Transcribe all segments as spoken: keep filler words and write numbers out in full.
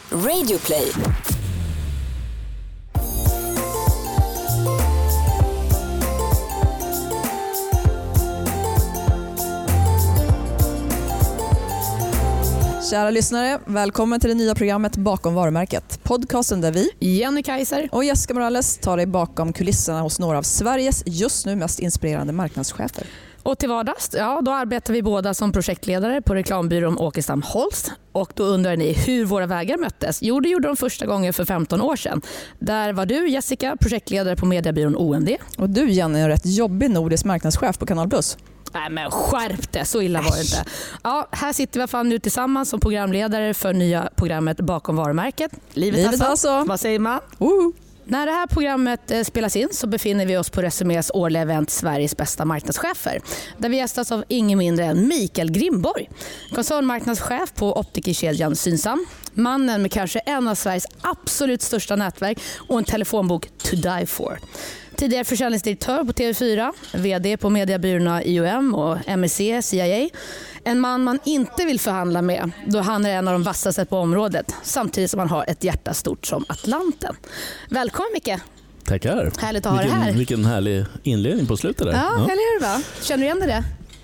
Radioplay. Kära lyssnare, välkommen till det nya programmet Bakom varumärket. Podcasten där vi, Jenny Kaiser och Jessica Morales, tar dig bakom kulisserna hos några av Sveriges just nu mest inspirerande marknadschefer. Och till vardags, ja, då arbetar vi båda som projektledare på reklambyrån Åkestam Holst. Och då undrar ni hur våra vägar möttes. Jo, det gjorde de första gången för femton år sedan. Där var du, Jessica, projektledare på mediebyrån O M D. Och du, Jenny, är en rätt jobbig nordisk marknadschef på Kanal Plus. Nej, men skärp det, så illa var det inte. Ja, här sitter vi fan nu tillsammans som programledare för nya programmet Bakom varumärket. Livet, Livet alltså. alltså. Vad säger man? Uh. När det här programmet spelas in så befinner vi oss på Resumés årliga event Sveriges bästa marknadschefer. Där vi gästas av ingen mindre än Mikael Grimborg. Koncernmarknadschef på optikerkedjan Synsam. Mannen med kanske en av Sveriges absolut största nätverk och en telefonbok to die for. Tidigare försäljningsdirektör på T V fyra, vd på mediebyråerna I O M och M S C, C I A. En man man inte vill förhandla med då han är en av de vassaste på området. Samtidigt som han har ett hjärta stort som Atlanten. Välkommen Micke. Tackar. Härligt att ha vilken, dig här. Vilken härlig inledning på slutet där. Ja, ja. Eller hur va? Känner du igen det?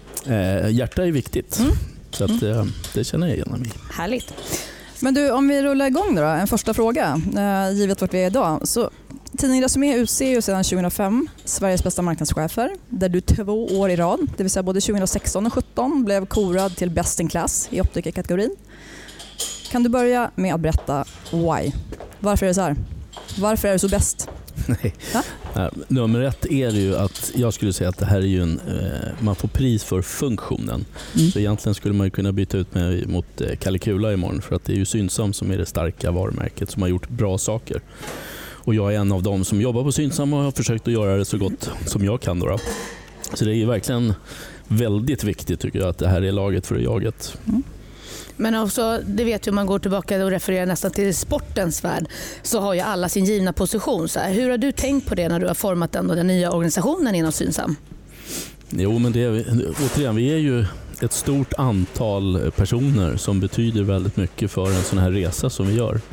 Eh, hjärta är viktigt. Mm. Så att, eh, det känner jag igen mig. Härligt. Men du, om vi rullar igång då, en första fråga. Eh, givet vart vi är idag. Så tidningen Resumé utser ju sedan tjugohundrafem Sveriges bästa marknadschefer, där du två år i rad, det vill säga både tjugohundrasexton och tjugosjutton, blev korad till Best in Class i optikerkategorin. Kan du börja med att berätta why? Varför är det så här? Varför är du så bäst? Nej. Nej, nummer ett är ju att jag skulle säga att det här är ju en, eh, man får pris för funktionen. Mm. Så egentligen skulle man ju kunna byta ut mig mot eh, Calicula imorgon, för att det är ju Synsam som är det starka varumärket som har gjort bra saker. Och jag är en av dem som jobbar på Synsam och har försökt att göra det så gott som jag kan. Då då. Så det är ju verkligen väldigt viktigt tycker jag att det här är laget för jaget. Mm. Men också, det vet ju om man går tillbaka och refererar nästan till sportens värld, så har ju alla sin givna position. Så här, hur har du tänkt på det när du har format den, och den nya organisationen inom Synsam? Jo, men det är, återigen, vi är ju ett stort antal personer som betyder väldigt mycket för en sån här resa som vi gör.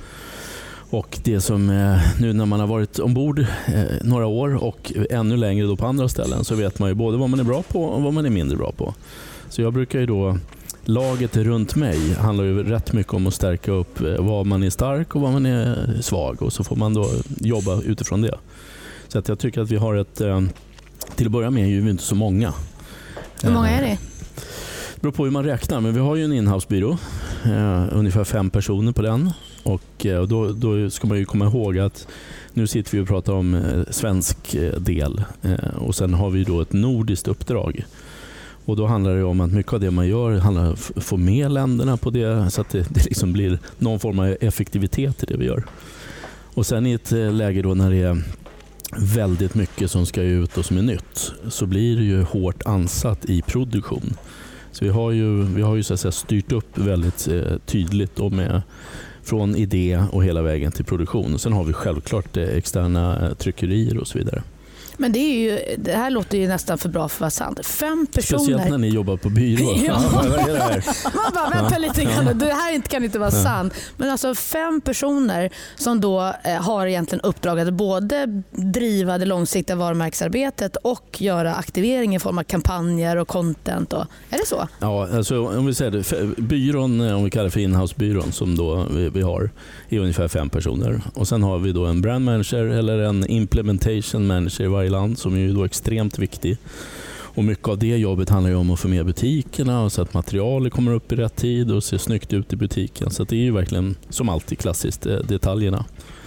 Och det som nu när man har varit ombord några år och ännu längre då på andra ställen, så vet man ju både vad man är bra på och vad man är mindre bra på. Så jag brukar ju då, laget runt mig handlar ju rätt mycket om att stärka upp vad man är stark och vad man är svag, och så får man då jobba utifrån det. Så att jag tycker att vi har ett, till att börja med är ju inte så många. Hur många är det? Det beror på hur man räknar, men vi har ju en inhousebyrå, eh, ungefär fem personer på den, och eh, då, då ska man ju komma ihåg att nu sitter vi och pratar om eh, svensk eh, del, eh, och sen har vi då ett nordiskt uppdrag, och då handlar det om att mycket av det man gör handlar om att få med länderna på det, så att det, det liksom blir någon form av effektivitet i det vi gör. Och sen i ett eh, läge då när det är väldigt mycket som ska ut och som är nytt, så blir det ju hårt ansatt i produktion. Så vi har ju, vi har ju så att säga styrt upp väldigt eh, tydligt och med, från idé och hela vägen till produktion. Och sen har vi självklart eh, externa eh, tryckerier och så vidare. Men det, är ju, det här låter ju nästan för bra för att vara sant. Fem personer. Speciellt när ni jobbar på byrå. Ja. Vad är det här? Man bara, vänta lite grann. Det här kan inte vara ja. sant. Men alltså fem personer som då eh, har egentligen uppdrag att både driva det långsiktiga varumärksarbetet och göra aktivering i form av kampanjer och content. Och, är det så? Ja, alltså om vi säger det, byrån, om vi kallar det för inhousebyrån som då vi, vi har, är ungefär fem personer. Och sen har vi då en brand manager eller en implementation manager i varje land som är ju då extremt viktig. Och mycket av det jobbet handlar ju om att få med butikerna och så att materialet kommer upp i rätt tid och ser snyggt ut i butiken. Så att det är ju verkligen som alltid klassiskt detaljerna.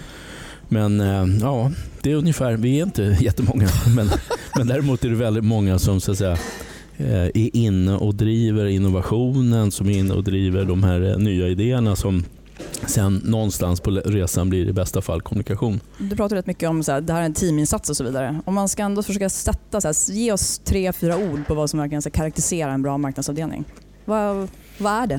Men ja, det är ungefär, vi är inte jättemånga, men, men däremot är det väldigt många som så att säga är inne och driver innovationen, som är inne och driver de här nya idéerna som sen någonstans på resan blir i bästa fall kommunikation. Du pratar rätt mycket om så här, det här är en teaminsats och så vidare. Om man ska ändå försöka sätta, så här, ge oss tre, fyra ord på vad som verkligen ska karaktärisera en bra marknadsavdelning. Vad, vad är det?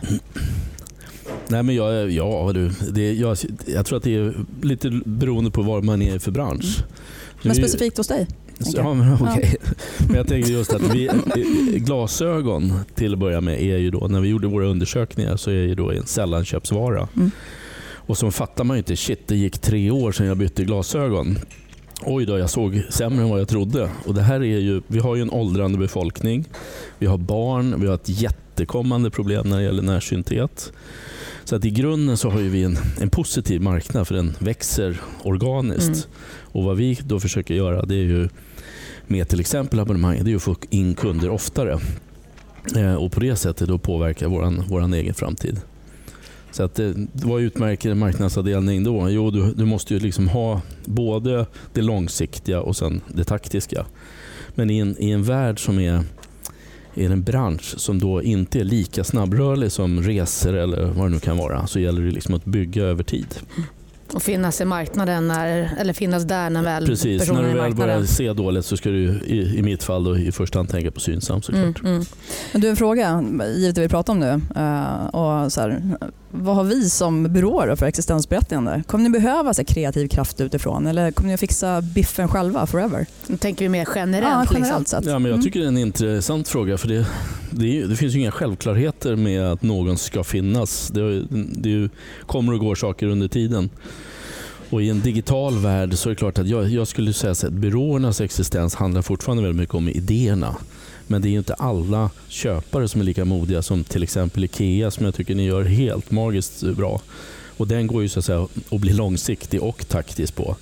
Nej, men jag, ja, du, det, jag, jag tror att det är lite beroende på vad man är för bransch. Mm. Men specifikt hos dig? Ja, men, okay. ja. Men jag tänker just att vi, glasögon till att börja med är ju då, när vi gjorde våra undersökningar så är ju då en sällanköpsvara. Mm. Och så fattar man ju inte, shit, det gick tre år sedan jag bytte glasögon. Oj då, jag såg sämre än vad jag trodde. Och det här är ju, vi har ju en åldrande befolkning. Vi har barn, vi har ett jättekommande problem när det gäller närsynthet. Så att i grunden så har ju vi en, en positiv marknad, för den växer organiskt. Mm. Och vad vi då försöker göra, det är ju med till exempel abonnemang, det är ju att få in kunder oftare. Eh, och på det sättet då påverka våran, våran egen framtid. Så att det, vad utmärker en marknadsavdelning då? Jo, du, du måste ju liksom ha både det långsiktiga och sen det taktiska. Men i en, i en värld som är, är en bransch som då inte är lika snabbrörlig som resor eller vad det nu kan vara, så gäller det liksom att bygga över tid. Och finnas i marknaden när, eller finnas där när väl Precis, personer när du i väl marknaden. börjar se dåligt så ska du i, i mitt fall då i första hand tänka på Synsam såklart. Mm, mm. Men du, en fråga, givet det vi pratar om nu. Uh, och så här, vad har vi som byråer för existensberättigande? Kommer ni behöva så här, kreativ kraft utifrån eller kommer ni att fixa biffen själva forever? Nu tänker vi mer generellt. Ja, liksom. generellt sett. Ja, men jag tycker det är en intressant fråga, för det, det, är, det finns ju inga självklarheter med att någon ska finnas. Det, det kommer och går saker under tiden. Och i en digital värld så är det klart att jag, jag skulle säga att byråernas existens handlar fortfarande väldigt mycket om idéerna. Men det är inte alla köpare som är lika modiga som till exempel Ikea, som jag tycker ni gör helt magiskt bra. Och den går ju så att säga att bli långsiktig och taktisk på.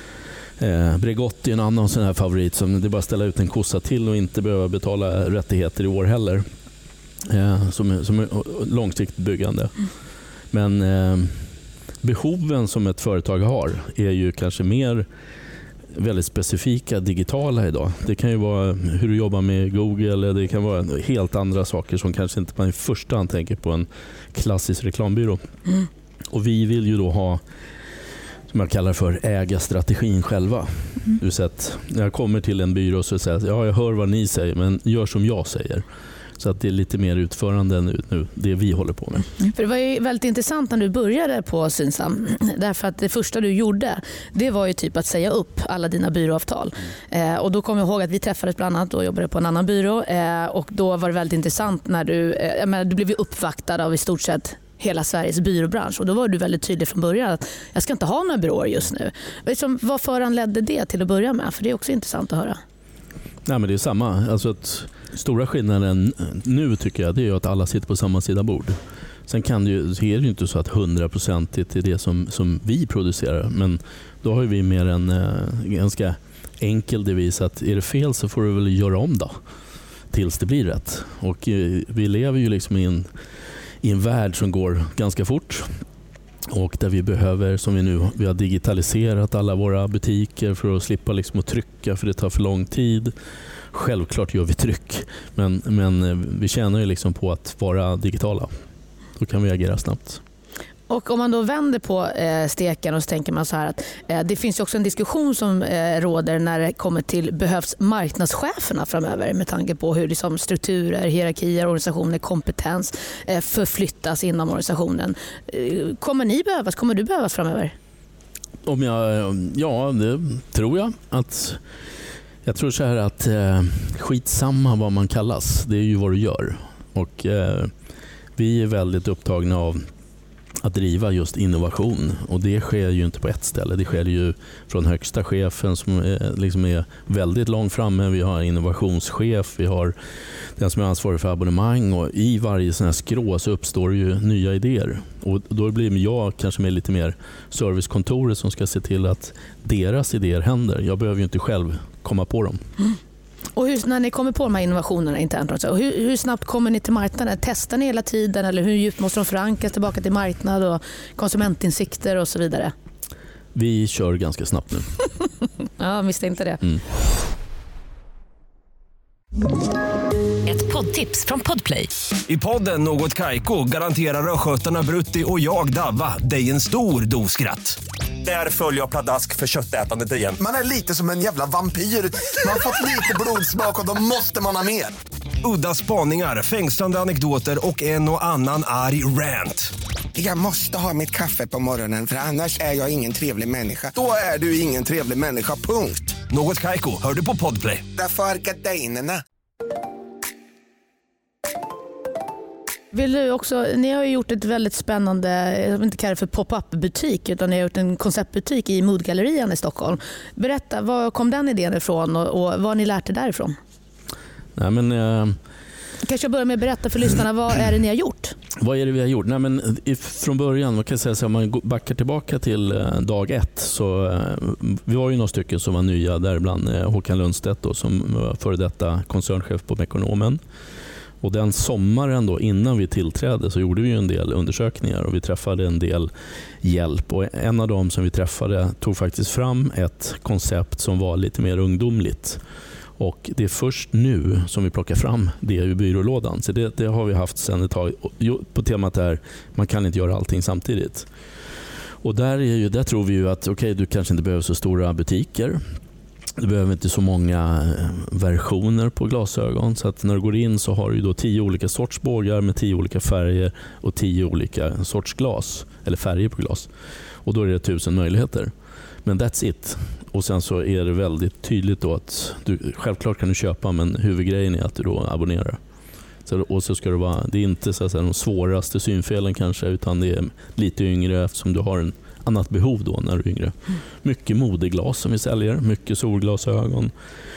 Eh, Bregott är en annan sån här favorit som det är bara att ställa ut en kossa till och inte behöva betala rättigheter i år heller. Eh, som, som är långsiktigt byggande. Men eh, behoven som ett företag har är ju kanske mer väldigt specifika digitala idag. Det kan ju vara hur du jobbar med Google, eller det kan vara helt andra saker som kanske inte man i första hand tänker på en klassisk reklambyrå. Mm. Och vi vill ju då ha, som jag kallar för, äga strategin själva. Mm. Du sett, när jag kommer till en byrå så säger jag, ja, jag hör vad ni säger, men gör som jag säger. Så att det är lite mer utförande än nu, det vi håller på med. Mm. För det var ju väldigt intressant när du började på Synsam. Därför att det första du gjorde, det var ju typ att säga upp alla dina byråavtal. Mm. Eh, och då kommer jag ihåg att vi träffades bland annat och jobbade på en annan byrå. Eh, och då var det väldigt intressant när du, eh, men du blev ju uppvaktad av i stort sett hela Sveriges byråbransch. Och då var du väldigt tydlig från början att jag ska inte ha några byråer just nu. Liksom, vad föranledde det till att börja med? För det är också intressant att höra. Nej, men det är samma. Alltså att stora skillnaden nu tycker jag, det är ju att alla sitter på samma sida bord. Sen kan det ju, så är det ju inte så att hundra procent är det som, som vi producerar. Men då har vi mer en eh, ganska enkel devis att är det fel så får du väl göra om då. Tills det blir rätt. Och eh, vi lever ju liksom i en, i en värld som går ganska fort. Och där vi behöver, som vi nu vi har digitaliserat alla våra butiker för att slippa liksom att trycka, för det tar för lång tid. Självklart gör vi tryck, men, men vi tjänar ju liksom på att vara digitala. Då kan vi agera snabbt. Och om man då vänder på eh, steken och så tänker man så här att eh, det finns ju också en diskussion som eh, råder när det kommer till behövs marknadscheferna framöver med tanke på hur liksom, strukturer, hierarkier, organisationer, kompetens eh, förflyttas inom organisationen. Eh, kommer ni behövas? Kommer du behövas framöver? Om jag, ja, det tror jag. Att, jag tror så här att eh, skitsamma vad man kallas, det är ju vad du gör. Och eh, vi är väldigt upptagna av att driva just innovation, och det sker ju inte på ett ställe. Det sker ju från högsta chefen som är, liksom är väldigt långt framme. Vi har innovationschef, vi har den som är ansvarig för abonnemang, och i varje sån här skrå så uppstår ju nya idéer. Och då blir jag kanske med lite mer servicekontoret som ska se till att deras idéer händer. Jag behöver ju inte själv komma på dem. Mm. Och hur, när ni kommer på de här innovationerna internt, och hur, hur snabbt kommer ni till marknaden? Testar ni hela tiden, eller hur djupt måste de förankras tillbaka till marknad och konsumentinsikter och så vidare? Vi kör ganska snabbt nu. Ja, visste inte det. Mm. Ett poddtips från Podplay. I podden Något Kaiko garanterar röskötarna Brutti och jag Davva dig en stor dos skratt. Där följer jag pladask för köttätandet igen. Man är lite som en jävla vampyr. Man har fått lite blodsmak och då måste man ha mer. Udda spaningar, fängslande anekdoter och en och annan arg rant. Jag måste ha mitt kaffe på morgonen, för annars är jag ingen trevlig människa. Då är du ingen trevlig människa, punkt. Något Kaiko, hör du på Podplay. Därför är gardinerna. Vill du också, ni har ju gjort ett väldigt spännande, jag vill inte kalla det för pop-up butik, utan ni har gjort en konceptbutik i Moodgallerian i Stockholm. Berätta, var kom den idén ifrån och, och vad har ni lärt er därifrån? Nej, men, eh... Kanske jag börjar med att berätta för lyssnarna, vad är det ni har gjort? Vad är det vi har gjort? Nej, men från början, man kan säga så, om man backar tillbaka till dag ett, så vi var ju några stycken som var nya, däribland Håkan Lundstedt då, som var före detta koncernchef på Mekonomen. Och den sommaren då, innan vi tillträdde, så gjorde vi ju en del undersökningar och vi träffade en del hjälp. Och en av dem som vi träffade tog faktiskt fram ett koncept som var lite mer ungdomligt. Och det är först nu som vi plockar fram det i byrålådan. Så det, det har vi haft sedan ett tag. På temat är man kan inte göra allting samtidigt. Och där, är ju, där tror vi ju att okay, du kanske inte behöver så stora butiker. Du behöver inte så många versioner på glasögon. Så att när du går in så har du då tio olika sorts bågar med tio olika färger och tio olika sorts glas. Eller färger på glas. Och då är det tusen möjligheter. Men that's it. Och sen så är det väldigt tydligt då att du, självklart kan du köpa, men huvudgrejen är att du då abonnerar. Så, och så ska det vara, det är inte så att säga, de svåraste synfelen kanske, utan det är lite yngre eftersom du har en annat behov då när du är yngre. Mycket modeglas som vi säljer, mycket solglasögon.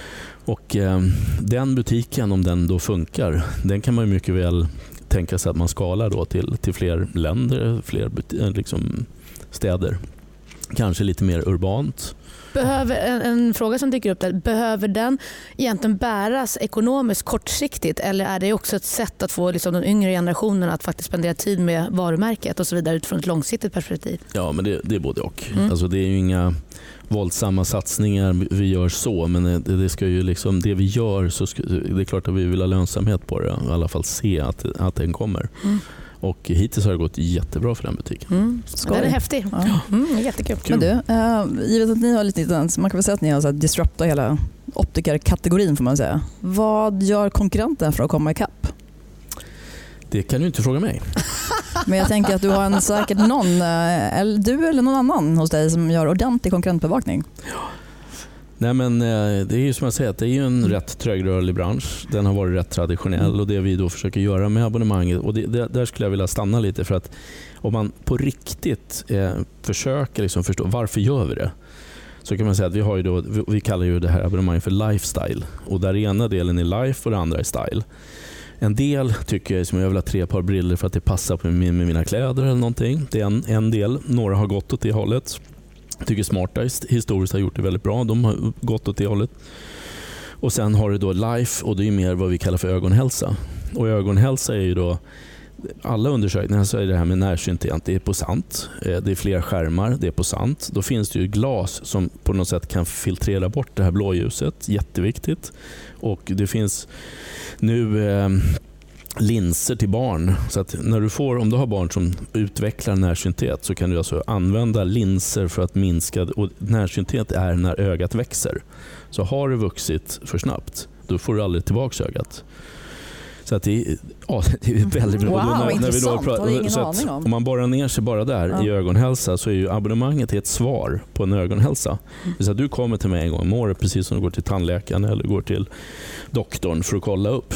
Och eh, den butiken, om den då funkar, den kan man ju mycket väl tänka sig att man skalar då till, till fler länder, fler liksom, städer. Kanske lite mer urbant. Behöver, en, en fråga som dyker upp där, behöver den egentligen bäras ekonomiskt kortsiktigt, eller är det också ett sätt att få liksom, de yngre generationerna att faktiskt spendera tid med varumärket och så vidare utifrån ett långsiktigt perspektiv? Ja, men det, det är både och. Mm. Alltså, det är ju inga våldsamma satsningar vi gör så, men det, det, ska ju liksom, det vi gör, så ska, det är klart att vi vill ha lönsamhet på det, i alla fall se att, att den kommer. Mm. Och hittills har det gått jättebra för den butiken. Mm. Den är häftig. Ja. Mm, jättekul. Men du, äh, givet att ni har lite, man kan väl säga att ni har så här disruptat hela optikerkategorin, får man säga. Vad gör konkurrenten för att komma ikapp? Det kan du inte fråga mig. Men jag tänker att du har en, säkert någon, eller du eller någon annan hos dig som gör ordentlig konkurrentbevakning. Ja. Nej, men det är ju som jag säger, att det är ju en rätt trögrörlig bransch. Den har varit rätt traditionell och det vi då försöker göra med abonnemanget. Och det, det, där skulle jag vilja stanna lite, för att om man på riktigt eh, försöker liksom förstå varför gör vi det, så kan man säga att vi har ju då, vi, vi kallar ju det här abonnemanget för lifestyle. Och där ena delen är life och det andra är style. En del tycker jag som jag vill ha tre par briller för att det passar på med, med mina kläder eller någonting. Det är en, en del. Några har gått åt det hållet. Jag tycker Smarteyes historiskt har gjort det väldigt bra. De har gått åt det hållet. Och sen har du då life, och det är mer vad vi kallar för ögonhälsa. Och ögonhälsa är ju då, alla undersökningar så är det här med närsynthet, det är på sant. Det är fler skärmar, det är på sant. Då finns det ju glas som på något sätt kan filtrera bort det här blåljuset. Jätteviktigt. Och det finns nu eh, linser till barn. Så att när du får, om du har barn som utvecklar närsynthet, så kan du alltså använda linser för att minska, och närsynthet är när ögat växer. Så har det vuxit för snabbt, då får du aldrig tillbaka ögat. Så att det, ja, det är väldigt bra. Wow, när, när vi då pratar, pratar, ingen så aning om. Om man borrar ner sig bara där ja. i ögonhälsa, så är ju abonnemanget ett svar på en ögonhälsa. Mm. Så att du kommer till mig en gång om året, precis som du går till tandläkaren eller går till doktorn för att kolla upp.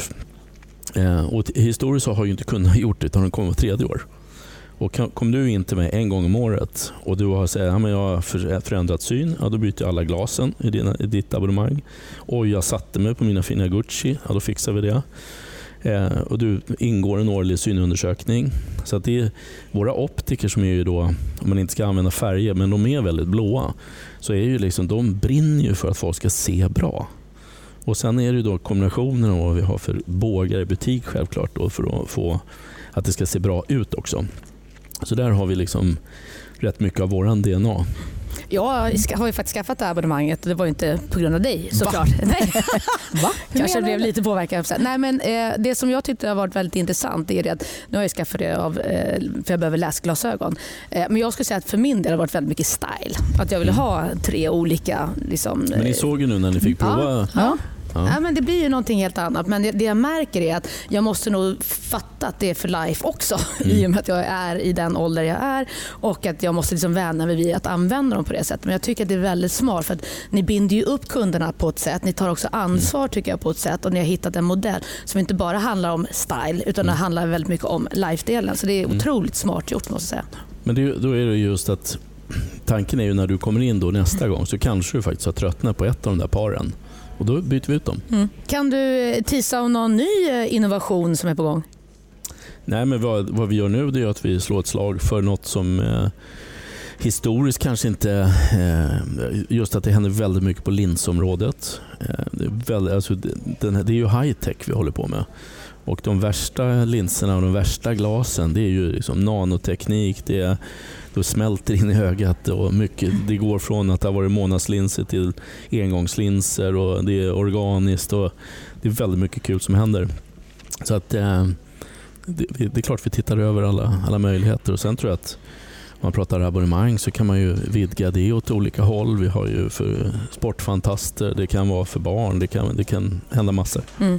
Eh, och historiskt har ju inte kunnat gjort det, utan de kommer var tredje år. Och kom du in till mig en gång om året och du har sagt att ja, jag har förändrat syn, ja, då byter jag alla glasen i, dina, i ditt abonnemang. Och jag satte mig på mina fina Gucci, ja, då fixar vi det. Eh, och du ingår en årlig synundersökning. Så att det är våra optiker som är ju då, om man inte ska använda färger, men de är väldigt blåa, så är ju liksom, de brinner ju för att folk ska se bra. Och sen är det då kombinationen av vad vi har för bågar i butik, självklart då, för att få att det ska se bra ut också. Så där har vi liksom rätt mycket av våran D N A. Jag har ju faktiskt skaffat det här abonnemanget, och det var ju inte på grund av dig, såklart. Va? Nej. Va? Kanske blev lite påverkad. Nej, men eh, det som jag tyckte har varit väldigt intressant är det att nu har jag skaffat det av, eh, för jag behöver läsglasögon. Eh, men jag skulle säga att för min del har det varit väldigt mycket style. Att jag ville ha tre olika liksom, Men ni såg ju nu när ni fick prova ja, ja. Ja. Ja, men det blir ju någonting helt annat. Men det, det jag märker är att jag måste nog fatta att det är för life också. Mm. I och med att jag är i den ålder jag är. Och att jag måste liksom vänja mig vid att använda dem på det sättet. Men jag tycker att det är väldigt smart. För att ni binder ju upp kunderna på ett sätt. Ni tar också ansvar tycker jag på ett sätt. Och ni har hittat en modell som inte bara handlar om style. Utan det handlar väldigt mycket om life-delen. Så det är otroligt smart gjort måste jag säga. Men det, då är det just att tanken är ju när du kommer in då nästa gång så kanske du faktiskt har tröttnat på ett av de där paren. Och då byter vi ut dem. Mm. Kan du tisa om någon ny innovation som är på gång? Nej, men vad, vad vi gör nu det är att vi slår ett slag för något som eh, historiskt kanske inte... Eh, just att det händer väldigt mycket på linsområdet. Eh, det, är väldigt, alltså, den, det är ju high-tech vi håller på med. Och de värsta linserna och de värsta glasen det är ju liksom nanoteknik. Det är, då smälter in i ögat och mycket, det går från att det har varit månadslinser till engångslinser och det är organiskt och det är väldigt mycket kul som händer. Så att eh, det, det är klart vi tittar över alla, alla möjligheter och sen tror jag att om man pratar abonnemang så kan man ju vidga det åt olika håll. Vi har ju för sportfantaster, det kan vara för barn, det kan, det kan hända massor. Mm.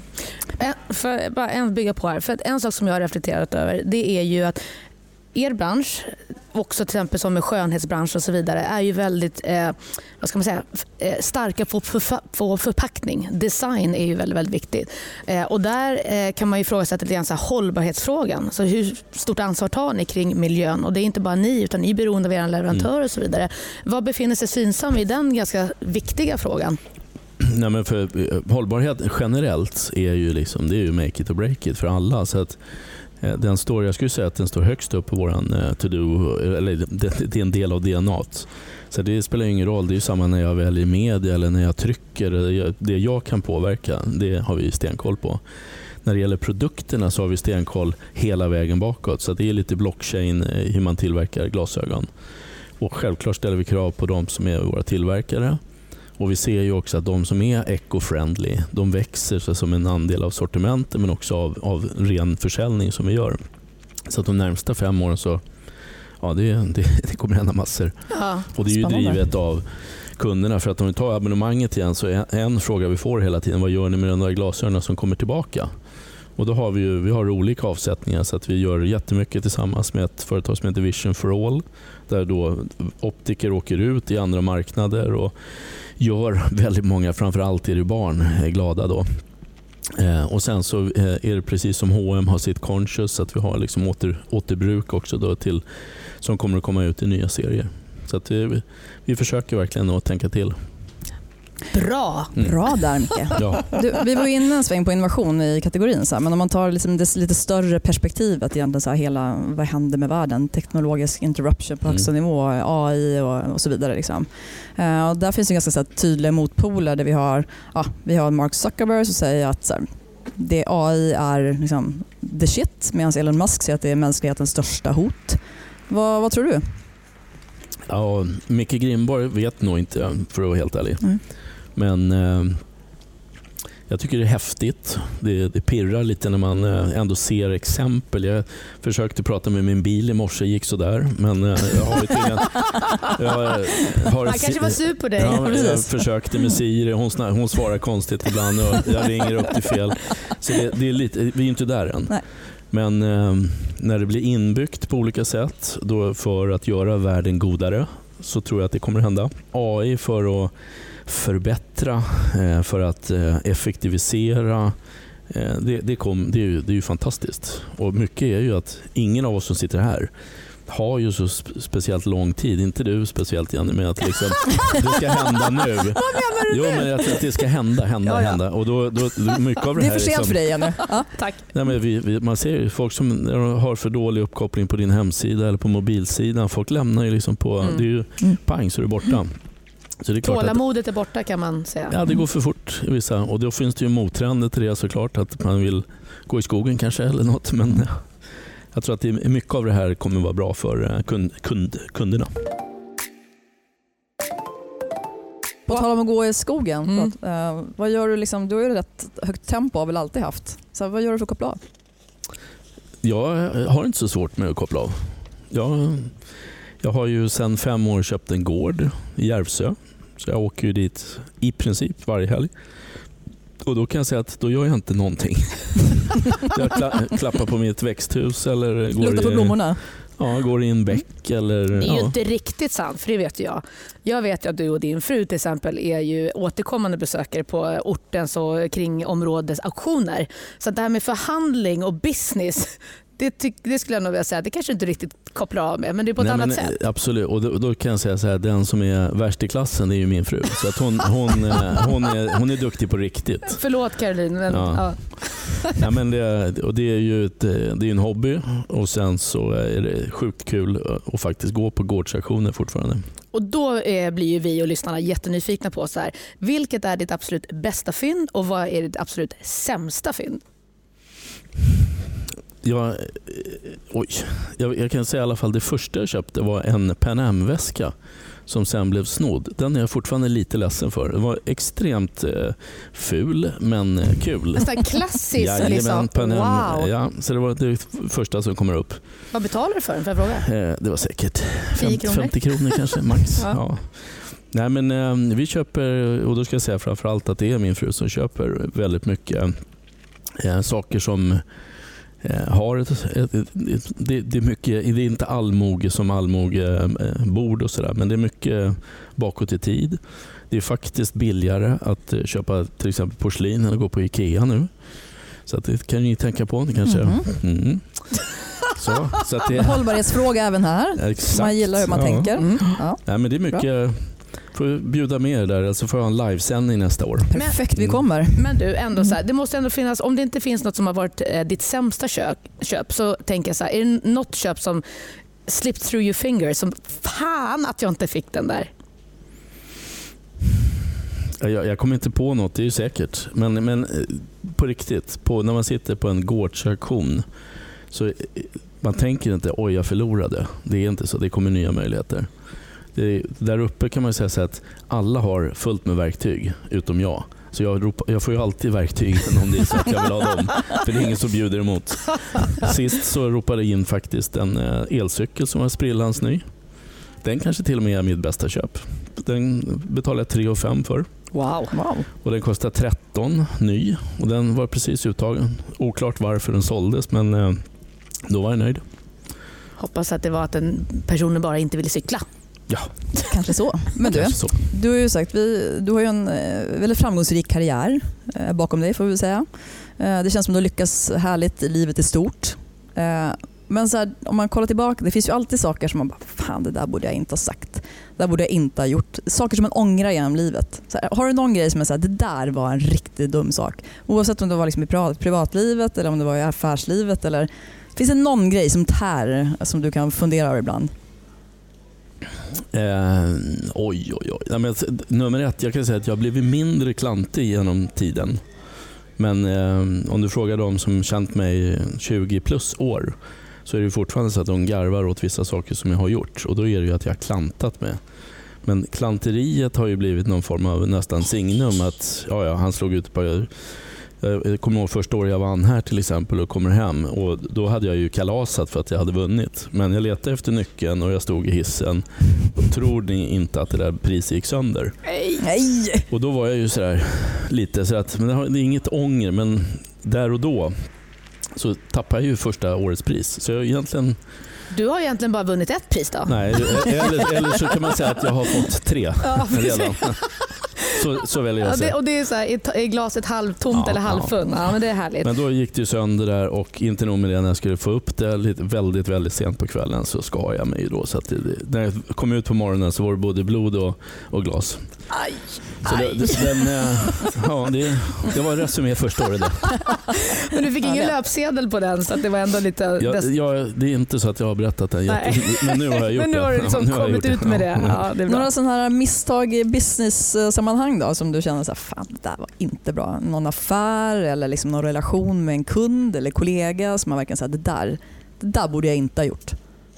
För, bara en bygga på här. För att en sak som jag har reflekterat över det är ju att er bransch, också till exempel som med skönhetsbransch och så vidare, är ju väldigt eh, vad ska man säga, eh, starka på, för, på förpackning. Design är ju väldigt, väldigt viktigt. Eh, och där eh, kan man ju ifrågasätta lite grann så här hållbarhetsfrågan. Så hur stort ansvar tar ni kring miljön? Och det är inte bara ni, utan ni är beroende av era leverantörer och så vidare. Vad befinner sig Synsam i den ganska viktiga frågan? Nej, men för, hållbarhet generellt är ju, liksom, det är ju make it or break it för alla. Så att den står, jag skulle säga att den står högst upp på våran to-do, eller det, det är en del av D N A. Så det spelar ingen roll, det är ju samma när jag väljer media eller när jag trycker. Det jag kan påverka, det har vi stenkoll på. När det gäller produkterna så har vi stenkoll hela vägen bakåt. Så det är lite blockchain hur man tillverkar glasögon. Och självklart ställer vi krav på de som är våra tillverkare. Och vi ser ju också att de som är eco-friendly, de växer så som en andel av sortimentet men också av, av ren försäljning som vi gör. Så att de närmsta fem åren så ja, det, det, det kommer hända massor. Ja, och det är ju spännande. Drivet av kunderna. För att om vi tar abonnemanget igen så är en fråga vi får hela tiden, vad gör ni med de där glasögonen som kommer tillbaka? Och då har vi ju vi har olika avsättningar så att vi gör jättemycket tillsammans med ett företag som heter Vision for All där då optiker åker ut i andra marknader och gör väldigt många, framförallt är det barn, är glada då. Eh, och sen så eh, är det precis som H och M har sitt Conscious att vi har liksom åter, återbruk också då till, som kommer att komma ut i nya serier. Så att vi, vi försöker verkligen att tänka till. Bra! Mm. Bra där Micke. Ja. Du, vi var inne en sväng på innovation i kategorin, så här, men om man tar liksom det lite större perspektivet egentligen, så här, hela, vad händer med världen? Teknologisk interruption på högsta mm. nivå, A I och, och så vidare. Liksom. Uh, och där finns det ganska så här, tydliga motpoler där vi har, ja, vi har Mark Zuckerberg som säger att så här, det A I är liksom, the shit, medan Elon Musk säger att det är mänsklighetens största hot. Vad, vad tror du? Ja, Micke Grimborg vet nog inte, för att vara helt ärlig. Mm. Men eh, jag tycker det är häftigt. Det, det pirrar lite när man eh, ändå ser exempel. Jag försökte prata med min bil i morse, gick så där. Men eh, jag har ju tydligen... Jag har, Han kanske var sur på dig. Ja, jag försökte med Siri. Hon, hon svarar konstigt ibland och jag ringer upp till fel. Så det, det är lite, vi är inte där än. Nej. Men eh, när det blir inbyggt på olika sätt då för att göra världen godare så tror jag att det kommer hända. A I för att förbättra, eh, för att eh, effektivisera. Eh, det, det, kom, det, är ju, det är ju fantastiskt. Och mycket är ju att ingen av oss som sitter här har ju så spe- speciellt lång tid, inte du speciellt Jenny, med att liksom, det ska hända nu. Vad menar du jo, nu? Men jag tror att det ska hända, hända, ja, ja. hända. Och då, då, mycket av det, det är här för sent som, för dig Jenny. Ja, tack. Nej, men vi, vi, man ser ju folk som har för dålig uppkoppling på din hemsida eller på mobilsidan. Folk lämnar ju liksom på, mm. det är ju pang så är det borta. Så det är klart Tålamodet är borta kan man säga. Ja, det går för fort i vissa. Och då finns det ju mottrender till det såklart, att man vill gå i skogen kanske eller något. Men ja, jag tror att det är mycket av det här kommer vara bra för kund, kund, kunderna. På tal om att gå i skogen, mm. att, uh, vad gör du liksom, du har ju rätt högt tempo har väl alltid haft. Så vad gör du för att koppla av? Jag har inte så svårt med att koppla av. Jag, jag har ju sedan fem år köpt en gård i Järvsö. Så jag åker ju dit i princip varje helg. Och då kan jag säga att då gör jag inte någonting. Jag kla- klappar på mitt växthus eller går luktar på i, blommorna. Ja, går i en bäck eller... Det är ju ja. inte riktigt sant, för det vet jag. Jag vet ju att du och din fru till exempel är ju återkommande besökare på ortens och kring områdets auktioner. Så att det här med förhandling och business, det, tyck, det skulle jag nog vilja säga, det kanske inte riktigt kopplar av med, men det är på ett Nej, annat men, sätt. Absolut, och då, då kan jag säga så här, den som är värst i klassen det är ju min fru. Så att hon, hon, hon, är, hon är duktig på riktigt. Förlåt Caroline, men Ja. ja. Ja, men det, och det är ju ett, det är en hobby och sen så är det sjukt kul att faktiskt gå på gårdsaktioner fortfarande. Och då eh, blir ju vi och lyssnarna jättenyfikna på så här, vilket är ditt absolut bästa fynd och vad är ditt absolut sämsta fynd? Jag, oj, jag, jag kan säga i alla fall det första jag köpte var en Pan Am-väska som sen blev snodd. Den är jag fortfarande lite ledsen för. Den var extremt eh, ful men eh, kul. Nästan klassiskt Jajamän, liksom. Pan Am, Wow. ja, så det var det första som kommer upp. Vad betalar du för den, får jag fråga? Eh, det var säkert tio kronor. femtio kronor kanske, max. Ja. Ja. Nej, men eh, vi köper, och då ska jag säga framförallt att det är min fru som köper väldigt mycket eh, saker som eh, har ett, ett, ett, ett, det, det är mycket, det är inte allmoge som allmoge eh, bord och sådär, men det är mycket bakåt i tid. Det är faktiskt billigare att eh, köpa till exempel porslin än att gå på Ikea nu. Så att det kan ni tänka på. Det kanske. Mm-hmm. Mm. Så, så att det, Hållbarhetsfråga även här. exakt. Man gillar hur man Ja. tänker. Mm. Ja. Nej, men det är mycket. Får bjuda mer där, alltså får jag en livesändning nästa år. Perfekt, vi kommer. Men du, ändå så här, det måste ändå finnas, om det inte finns något som har varit eh, ditt sämsta köp, köp så tänker jag så här, är det något köp som slipped through your fingers som fan att jag inte fick den där? Jag, jag kommer inte på något, det är ju säkert. Men, men på riktigt, på, när man sitter på en gårdsauktion så man tänker inte oj jag förlorade. Det är inte så, det kommer nya möjligheter. Det, där uppe kan man säga så att alla har fullt med verktyg utom jag. Så jag, ropar, jag får ju alltid verktyg om det är så att jag vill ha dem. För det är ingen som bjuder emot. Sist så ropade jag in faktiskt en elcykel som var sprillans ny. Den kanske till och med är mitt bästa köp. Den betalade jag tre och fem för. Wow. Wow. Och den kostar tretton ny. Och den var precis uttagen. Oklart varför den såldes, men eh, då var jag nöjd. Hoppas att det var att den personen bara inte ville cykla. Ja, Kanske så. Men du, kanske så. du har ju sagt, vi, du har ju en eh, väldigt framgångsrik karriär eh, bakom dig får vi säga. Eh, det känns som att du lyckas härligt i livet i stort. Eh, men så här, om man kollar tillbaka, det finns ju alltid saker som man bara, fan det där borde jag inte ha sagt. Det där borde jag inte ha gjort. Saker som man ångrar genom livet. Så här, har du någon grej som är så här, det där var en riktigt dum sak? Oavsett om det var liksom i privat, privatlivet eller om det var i affärslivet. Eller, finns det någon grej som tär som du kan fundera över ibland? Eh, oj, oj, oj. Nej, men, nummer ett, jag kan säga att jag har blivit mindre klantig genom tiden. Men eh, om du frågar dem som känt mig tjugo plus år så är det fortfarande så att de garvar åt vissa saker som jag har gjort. Och då är det ju att jag har klantat med. Men klanteriet har ju blivit någon form av nästan signum att ja, ja, han slog ut på... Jag kommer ihåg första året jag vann här till exempel och kommer hem och då hade jag ju kalasat för att jag hade vunnit. Men jag letade efter nyckeln och jag stod i hissen och tror ni inte att det där priset gick sönder. Nej! Och då var jag ju sådär lite så att men det är inget ånger, men där och då så tappade jag ju första årets pris. Så jag egentligen... Du har egentligen bara vunnit ett pris då? Nej, eller, eller så kan man säga att jag har fått tre Ja, redan. Så, så väljer jag Ja, att det, säga. och det är så här, är glaset halvtomt Ja, eller halvfull? Ja, men det är härligt. Men då gick det ju sönder där och inte nog med det, när jag skulle få upp det lite, väldigt, väldigt sent på kvällen så skar jag mig då. Så att det, när jag kom ut på morgonen så var det både blod och, och glas. Aj, Så aj. det, den, eh, ja, det, det var resumé första året. Där. Men du fick Ja, ingen det- löpsedel på den så att det var ändå lite... Jag, dess- jag, det är inte så att jag har berättat det, Nej. jätte, men nu har jag gjort Men nu har det. du liksom Ja, nu har jag kommit gjort ut med det. Ja. Ja, det är bra. Några sådana här misstag i business-sammanhang då som du känner så här, fan det där var inte bra. Någon affär eller liksom någon relation med en kund eller kollega som man verkligen säger det där, det där borde jag inte ha gjort.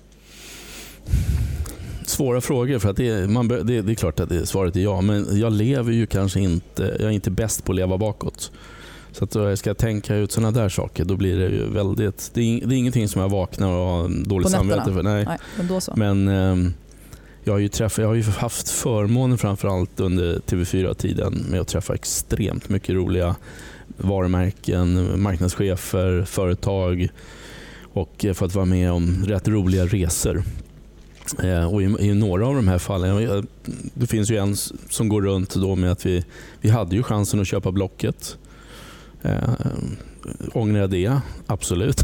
Svåra frågor för att det är, man, bör- det, det är klart att det, svaret är ja, men jag lever ju kanske inte, jag är inte bäst på att leva bakåt. Så att då jag ska tänka ut sådana där saker, då blir det ju väldigt, det är, det är ingenting som jag vaknar och har dåligt På nätterna? samvete för. Nej. Nej, men då så. Men eh, Jag har ju, träffat, jag har ju haft förmånen framförallt under T V fyra-tiden med att träffa extremt mycket roliga varumärken, marknadschefer, företag och fått vara med om rätt roliga resor. Och i, i några av de här fallen, det finns ju en som går runt då med att vi, vi hade ju chansen att köpa Blocket. Eh, ångrar jag det? Absolut.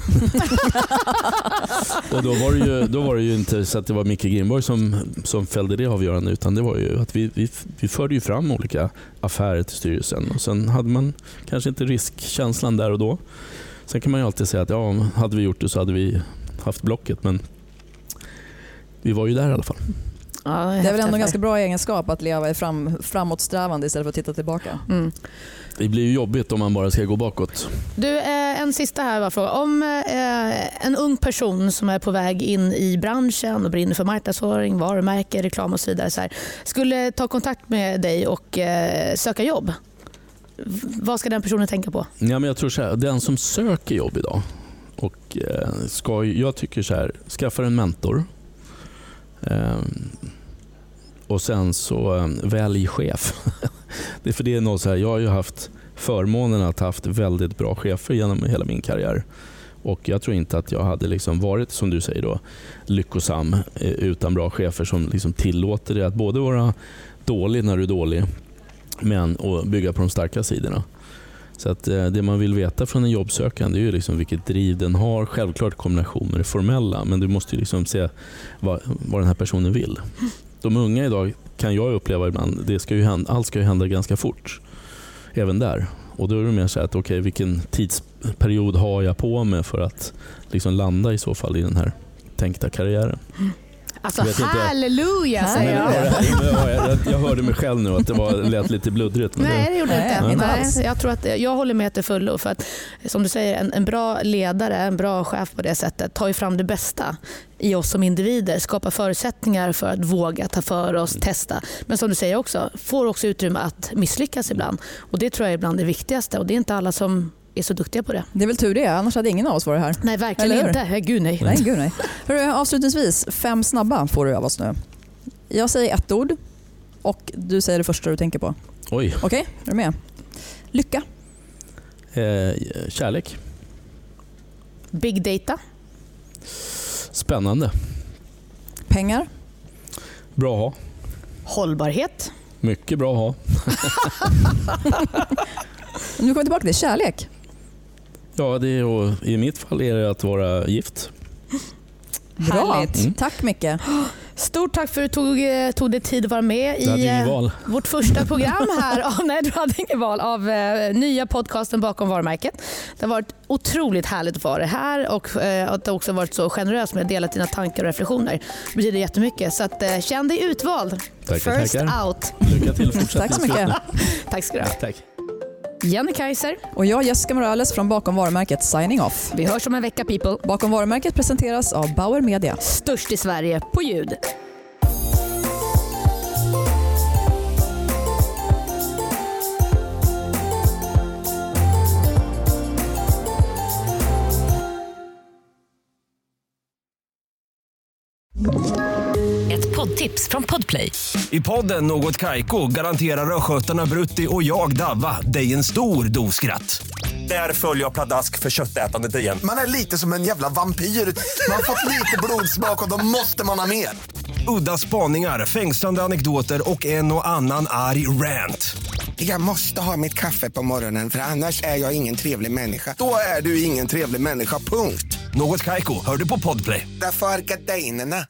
Och då var, det ju, då var det ju inte så att det var Micke Grimborg som, som fällde det avgörande, utan det var ju att vi, vi, vi förde ju fram olika affärer till styrelsen och sen hade man kanske inte riskkänslan där och då. Sen kan man ju alltid säga att ja, hade vi gjort det så hade vi haft Blocket, men vi var ju där i alla fall. Ja, det är väl ändå en ganska bra egenskap att leva i fram, framåtsträvande istället för att titta tillbaka. Mm. Det blir ju jobbigt om man bara ska gå bakåt. Du, en sista här var fråga. Om en ung person som är på väg in i branschen och brinner för marknadsföring, varumärke, reklam och så vidare så här, skulle ta kontakt med dig och söka jobb. Vad ska den personen tänka på? Ja, men jag tror så här, den som söker jobb idag och ska, jag tycker så här, skaffa en mentor. Och sen så välj chef. Det är för det är något så här, jag har ju haft förmånen att ha haft väldigt bra chefer genom hela min karriär. Och jag tror inte att jag hade liksom varit, som du säger då, lyckosam utan bra chefer som liksom tillåter det att både vara dålig när du är dålig, men att bygga på de starka sidorna. Så att det man vill veta från en jobbsökande är ju liksom vilket driv den har, självklart kombination med det formella, men du måste ju liksom se vad, vad den här personen vill. De unga idag kan jag uppleva ibland, det ska ju hända, allt ska ju hända ganska fort, även där. Och då är det mer så att okej, okay, vilken tidsperiod har jag på mig för att liksom landa i så fall i den här tänkta karriären. Alltså halleluja säger jag. jag. jag. Jag hörde mig själv nu att det var lät lite bluddrigt. Nej, det gjorde det inte. Nej, Nej, jag tror att jag håller med till fullo, för att som du säger, en, en bra ledare, en bra chef på det sättet tar ju fram det bästa i oss som individer, skapar förutsättningar för att våga ta för oss, testa. Men som du säger också, får också utrymme att misslyckas ibland. Och det tror jag är bland det viktigaste, och det är inte alla som är så duktiga på det. Det är väl tur det, annars hade ingen av oss varit här. Nej, verkligen inte. Gud nej. nej, gud, nej. Hörru, avslutningsvis, fem snabba får du av oss nu. Jag säger ett ord och du säger det första du tänker på. Oj. Okej, okay, är du med? Lycka. Eh, kärlek. Big data. Spännande. Pengar. Bra att ha. Hållbarhet. Mycket bra att ha. Nu kommer vi tillbaka till kärlek. Ja, det är, och i mitt fall är det att vara gift. Bra, mm. Tack mycket. Stort tack för att du tog, tog dig tid att vara med i val. vårt första program här. Oh, nej, du hade ingen val av uh, nya podcasten Bakom varumärket. Det har varit otroligt härligt att vara här, och uh, att du också varit så generös med att dela dina tankar och reflektioner. Det betyder jättemycket. Så att, uh, känn dig utvald. Tackar, First tackar. out. Lycka till fortsättningsvis. Tack så mycket. Tack ska du ha. Tack. Jenny Kaiser. Och jag, Jessica Morales från Bakom varumärket, signing off. Vi hörs om en vecka, people. Bakom varumärket presenteras av Bauer Media. Störst i Sverige på ljud. Ett poddtips från Podplay. I podden Något Kaiko garanterar röskötarna Brutti och jag Davva dig en stor dos skratt. Där följer jag pladask för köttätandet igen. Man är lite som en jävla vampyr. Man har fått lite blodsmak och då måste man ha mer. Udda spaningar, fängslande anekdoter och en och annan arg rant. Jag måste ha mitt kaffe på morgonen, för annars är jag ingen trevlig människa. Då är du ingen trevlig människa, punkt. Något Kaiko, hör du på Podplay. Därför är gardinerna.